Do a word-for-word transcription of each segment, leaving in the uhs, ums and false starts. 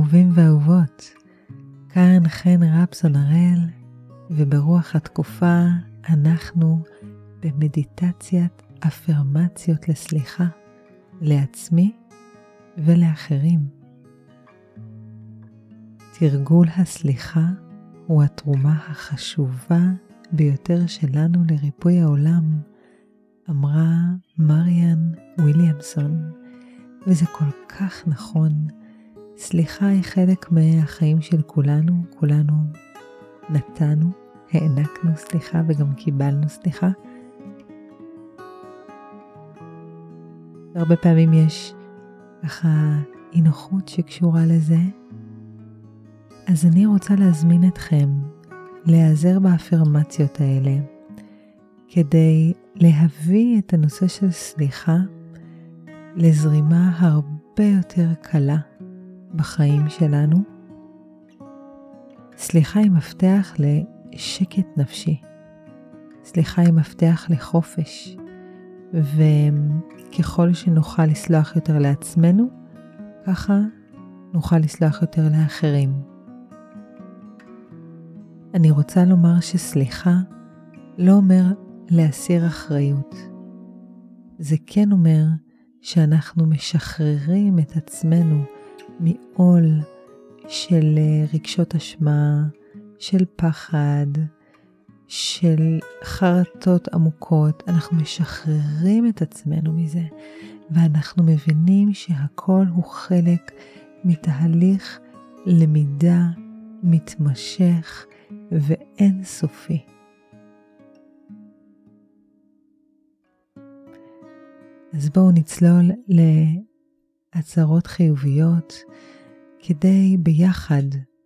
אהובים ואהובות, כאן חן רפסון הראל, וברוח התקופה אנחנו במדיטציית אפרמציות לסליחה, לעצמי ולאחרים. תרגול הסליחה הוא התרומה החשובה ביותר שלנו לריפוי העולם, אמרה מריאן וויליאמסון, וזה כל כך נכון. סליחה היא חלק מהחיים של כולנו, כולנו נתנו, הענקנו סליחה וגם קיבלנו סליחה. הרבה פעמים יש ככה אי נוחות שקשורה לזה, אז אני רוצה להזמין אתכם להיעזר באפרמציות האלה, כדי להביא את הנושא של סליחה לזרימה הרבה יותר קלה בחיים שלנו. סליחה היא מפתח לשקט נפשי. סליחה היא מפתח לחופש. וככל שנוכל לסלוח יותר לעצמנו, ככה נוכל לסלוח יותר לאחרים. אני רוצה לומר שסליחה לא אומר להסיר אחריות. זה כן אומר שאנחנו משחררים את עצמנו מעול של רגשות אשמה, של פחד, של חרטות עמוקות. אנחנו משחררים את עצמנו מזה, ואנחנו מבינים שהכל הוא חלק מתהליך למידה מתמשך ואין סופי. אז בואו נצלול להצהרות חיוביות, כדי ביחד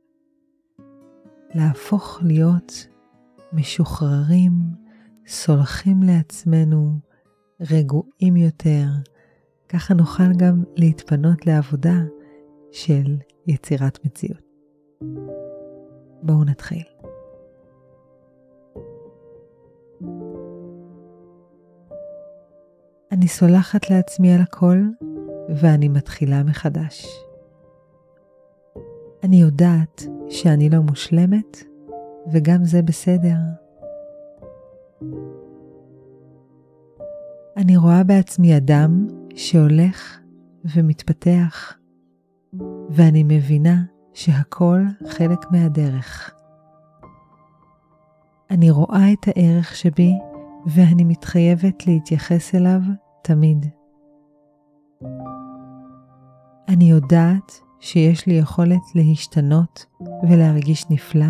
להפוך להיות משוחררים, סולחים לעצמנו, רגועים יותר. ככה נוכל גם להתפנות לעבודה של יצירת מציאות. בואו נתחיל. אני סולחת לעצמי על הכל, ואני מתחילה מחדש. אני יודעת שאני לא מושלמת, וגם זה בסדר. אני רואה בעצמי אדם שהולך ומתפתח, ואני מבינה שהכל חלק מהדרך. אני רואה את הערך שבי, ואני מתחייבת להתייחס אליו תמיד. אני יודעת שיש לי יכולת להשתנות ולהרגיש נפלא.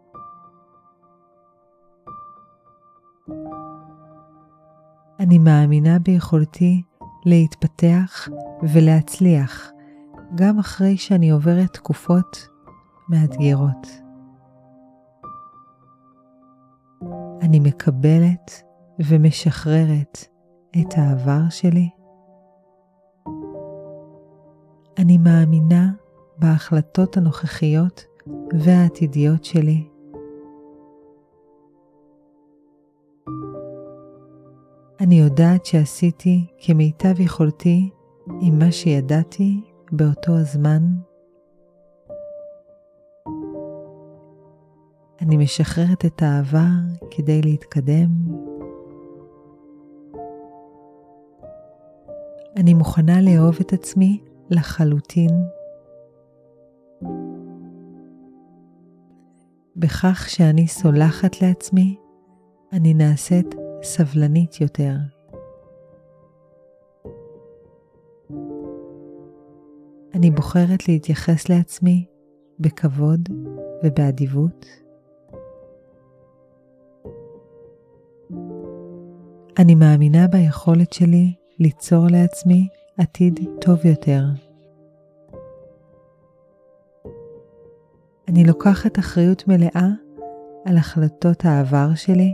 אני מאמינה ביכולתי להתפתח ולהצליח, גם אחרי שאני עוברת תקופות מאתגרות. אני מקבלת ומשחררת את העבר שלי. אני מאמינה בהחלטות הנוכחיות והעתידיות שלי. אני יודעת שעשיתי כמיטב יכולתי עם מה שידעתי באותו הזמן. אני משחררת את העבר כדי להתקדם. אני מוכנה לאהוב את עצמי לחלוטין. בכך שאני סולחת לעצמי, אני נעשית סבלנית יותר. אני בוחרת להתייחס לעצמי בכבוד ובאדיבות. אני מאמינה ביכולת שלי ליצור לעצמי עתיד טוב יותר. אני לוקחת אחריות מלאה על החלטות העבר שלי.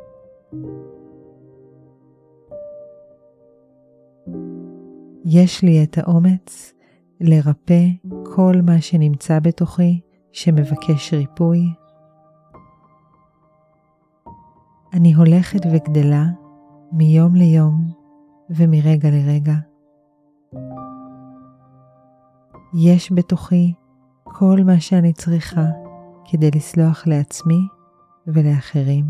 יש לי את האומץ לרפא כל מה שנמצא בתוכי שמבקש ריפוי. אני הולכת וגדלה מיום ליום ומרגע לרגע. יש בתוכי כל מה שאני צריכה כדי לסלוח לעצמי ולאחרים.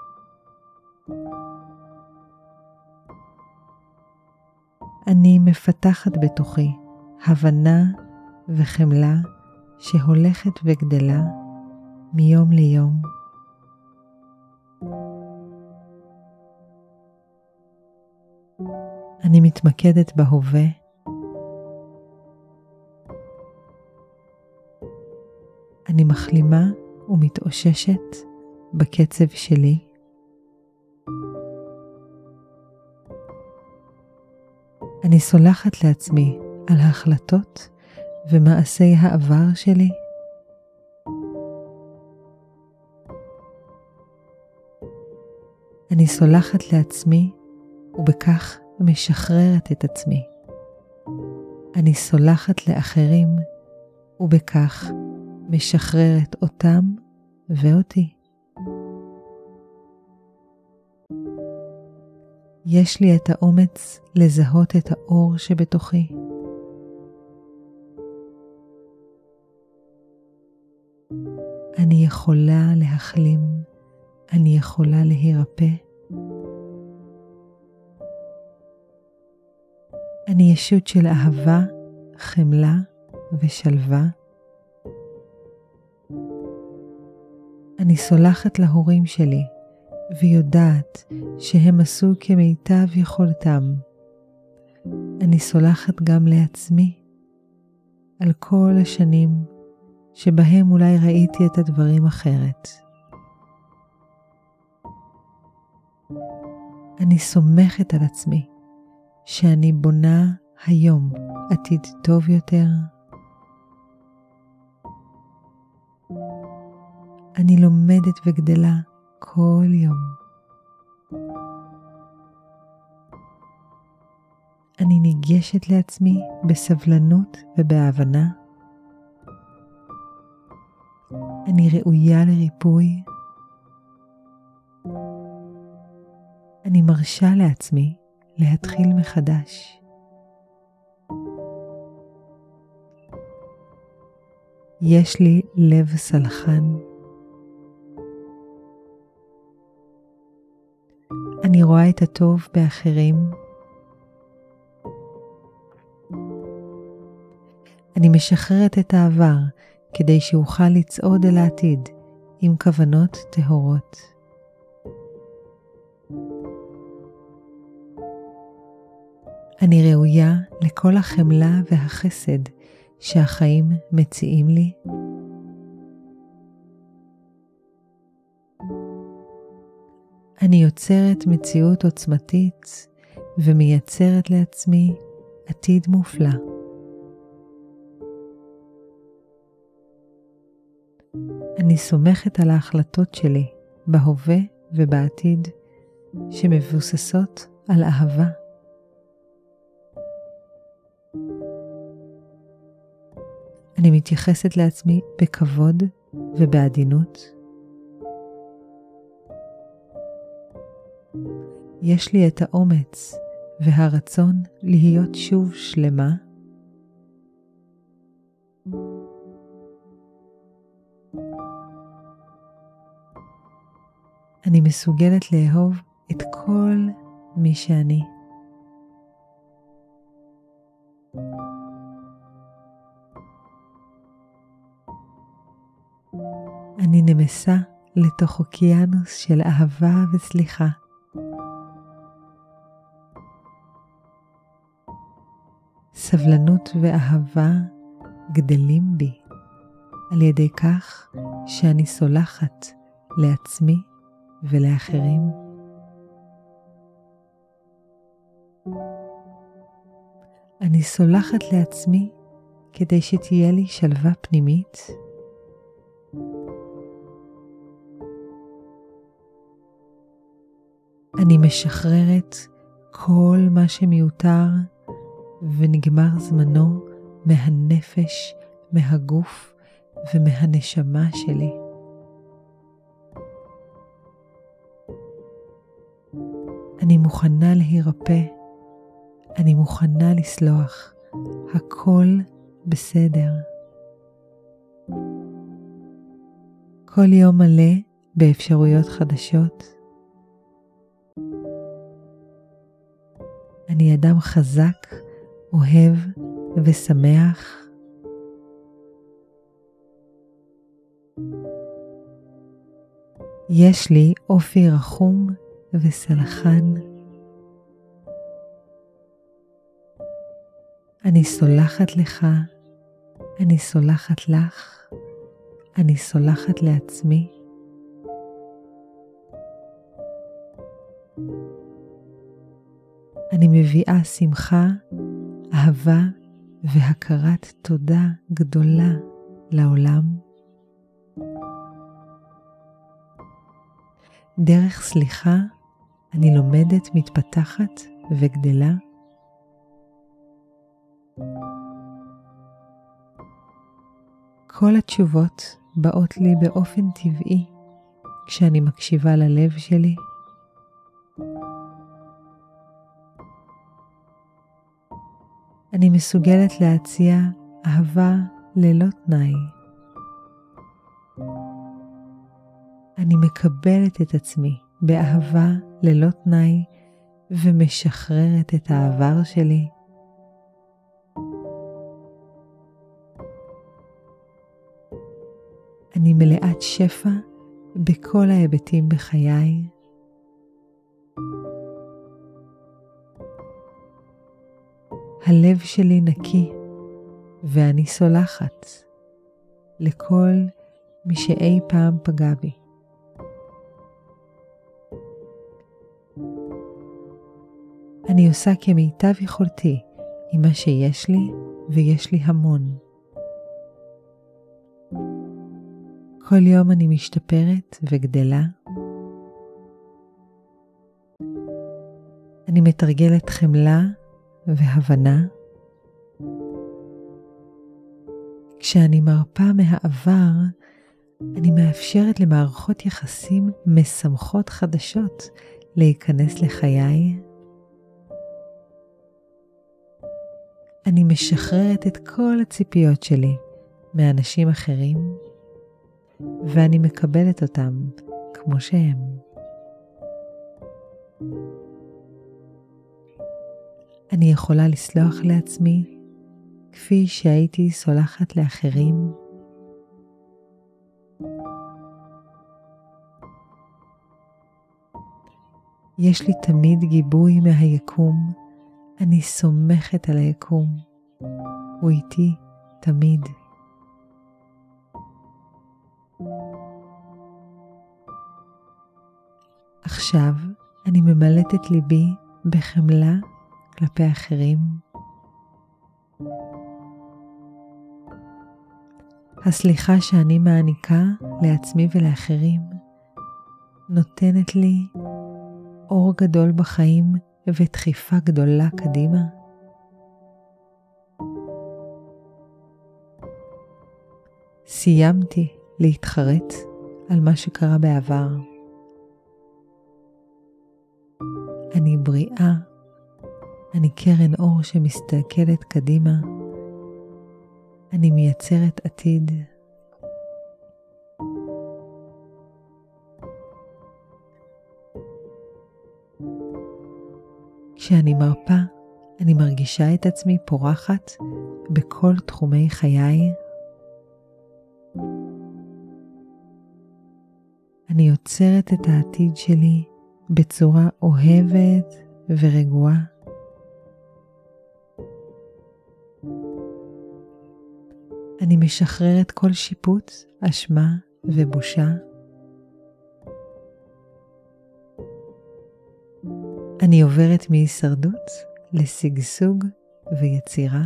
אני מפתחת בתוכי הבנה וחמלה שהולכת וגדלה מיום ליום. אני מתמקדת בהווה. אני מחלימה ומתאוששת בקצב שלי. אני סולחת לעצמי על ההחלטות ומעשי העבר שלי. אני סולחת לעצמי ובכך משחררת את עצמי. אני סולחת לאחרים ובכך משחררת אותם ואותי. יש לי את האומץ לזהות את האור שבתוכי. אני יכולה להחלים, אני יכולה להירפא. אני ישות של אהבה, חמלה ושלווה. אני סולחת להורים שלי ויודעת שהם עשו כמיטב יכולתם. אני סולחת גם לעצמי על כל השנים שבהם אולי ראיתי את הדברים אחרת. אני סומכת על עצמי שאני בונה היום עתיד טוב יותר. אני לומדת וגדלה כל יום. אני ניגשת לעצמי בסבלנות ובהבנה. אני ראויה לריפוי. אני מרשה לעצמי להתחיל מחדש. יש לי לב סלחן. אני רואה את הטוב באחרים. אני משחררת את העבר כדי שאוכל לצעוד אל העתיד עם כוונות טהורות. אני ראויה לכל החמלה והחסד שהחיים מציעים לי. אני יוצרת מציאות עוצמתית ומייצרת לעצמי עתיד מופלא. אני סומכת על ההחלטות שלי בהווה ובעתיד שמבוססות על אהבה. אני מתייחסת לעצמי בכבוד ובעדינות. יש לי את האומץ והרצון להיות שוב שלמה. אני מסוגלת לאהוב את כל מי שאני. אני נמסה לתוך אוקיינוס של אהבה וסליחה. סבלנות ואהבה גדלים בי על ידי כך שאני סולחת לעצמי ולאחרים. אני סולחת לעצמי כדי שתהיה לי שלווה פנימית. אני משחררת כל מה שמיותר ונגמר זמנו מהנפש, מהגוף ומהנשמה שלי. אני מוכנה להירפא, אני מוכנה לסלוח, הכל בסדר. כל יום מלא באפשרויות חדשות. אני אדם חזק, אוהב ושמח. יש לי אופי רחום וסלחן. אני סולחת לך, אני סולחת לך, אני סולחת לעצמי. אני מביאה שמחה, אהבה והכרת תודה גדולה לעולם. דרך סליחה אני לומדת, מתפתחת וגדלה. כל התשובות באות לי באופן טבעי כשאני מקשיבה ללב שלי. אני מסוגלת להציע אהבה ללא תנאי. אני מקבלת את עצמי באהבה ללא תנאי ומשחררת את העבר שלי. אני מלאת שפע בכל ההיבטים בחיי. הלב שלי נקי ואני סולחת לכל מי שאי פעם פגע בי. אני עושה כמיטב יכולתי עם מה שיש לי, ויש לי המון. כל יום אני משתפרת וגדלה. אני מתרגלת חמלה והבנה. כשאני מרפה מהעבר, אני מאפשרת למערכות יחסים משמחות חדשות להיכנס לחיי. אני משחררת את כל הציפיות שלי מאנשים אחרים, ואני מקבלת אותם כמו שהם. אני יכולה לסלוח לעצמי כפי שהייתי סולחת לאחרים. יש לי תמיד גיבוי מהיקום. אני סומכת על היקום. הוא איתי תמיד. עכשיו אני ממלאת את ליבי בחמלה כלפי אחרים. הסליחה שאני מעניקה לעצמי ולאחרים נותנת לי אור גדול בחיים ודחיפה גדולה קדימה. סיימתי להתחרט על מה שקרה בעבר. אני בריאה, אני קרן אור שמסתכלת קדימה, אני מייצרת עתיד. כשאני מרפה, אני מרגישה את עצמי פורחת בכל תחומי חיי. אני יוצרת את העתיד שלי בצורה אוהבת ורגועה. אני משחררת כל שיפוט, אשמה ובושה. אני עוברת מהישרדות לשגשוג ויצירה.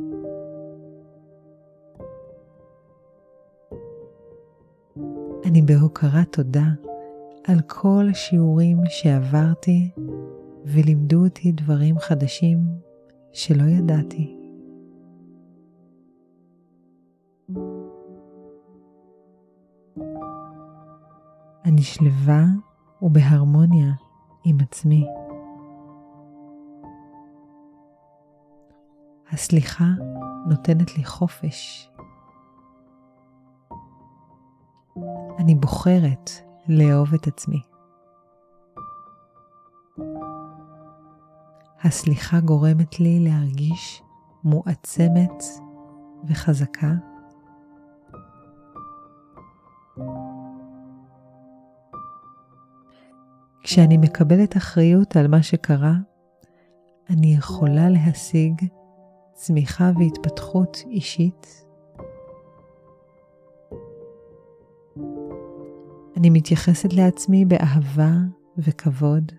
אני בהוקרת תודה על כל השיעורים שעברתי ולימדו אותי דברים חדשים שלא ידעתי. אני שלווה ובהרמוניה עם עצמי. הסליחה נותנת לי חופש. אני אני בוחרת לאהוב את עצמי. הסליחה גורמת לי להרגיש מועצמת וחזקה. כשאני מקבלת אחריות על מה שקרה, אני יכולה להשיג צמיחה והתפתחות אישית. אני מתייחסת לעצמי באהבה וכבוד.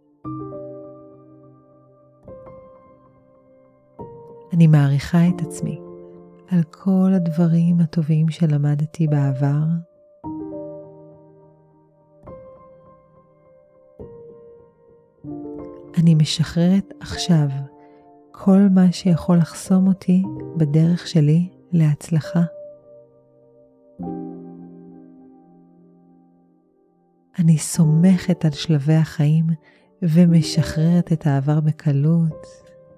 אני מעריכה את עצמי על כל הדברים הטובים שלמדתי בעבר. אני משחררת עכשיו כל מה שיכול לחסום אותי בדרך שלי להצלחה. אני סומכת על שלבי החיים ומשחררת את העבר בקלות.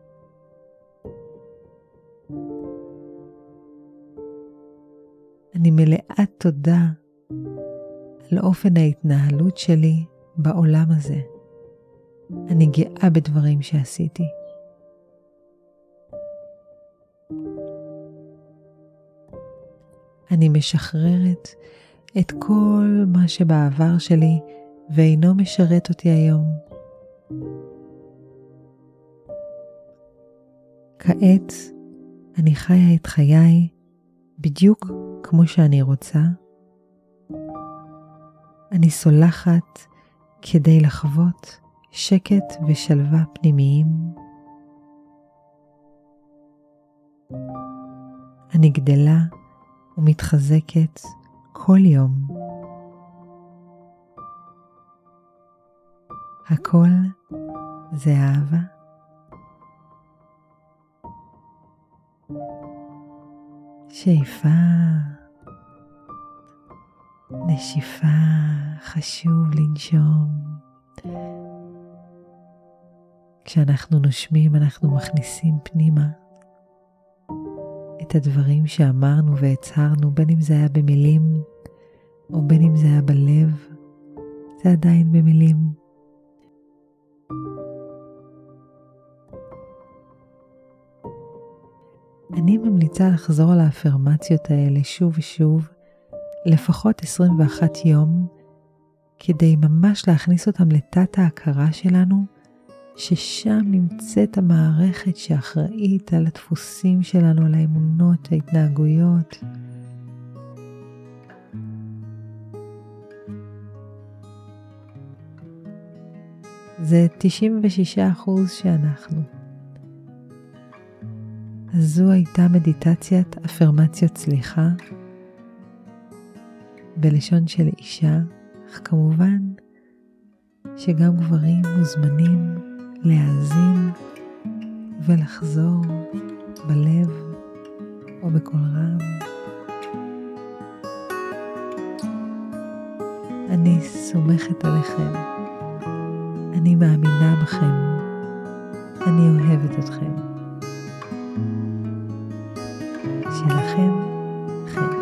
אני מלאת תודה על אופן ההתנהלות שלי בעולם הזה. אני גאה בדברים שעשיתי. אני משחררת את כל מה שבעבר שלי ואינו משרת אותי היום. כעת אני חיה את חיי בדיוק כמו שאני רוצה. אני סולחת כדי לחוות שקט ושלווה פנימיים. אני גדלה ומתחזקת כל יום. הכל זה אהבה. שאיפה, נשיפה, חשוב לנשום. כשאנחנו נושמים אנחנו מכניסים פנימה את הדברים שאמרנו והצהרנו, בין אם זה היה במילים או בין אם זה היה בלב, זה עדיין במילים. אני ממליצה לחזור על האפרמציות האלה שוב ושוב, לפחות עשרים ואחד יום, כדי ממש להכניס אותם לתת ההכרה שלנו, ששם נמצאת המערכת שאחראית על הדפוסים שלנו, על האמונות, ההתנהגויות. זה תשעים ושישה אחוז שאנחנו. אז זו הייתה מדיטציית אפרמציות סליחה, בלשון של אישה, אך כמובן שגם גברים מוזמנים להאזין ולחזור בלב או בקול רם. אני סומכת עליכם, אני מאמינה בכם, אני אוהבת אתכם. שלכם חן.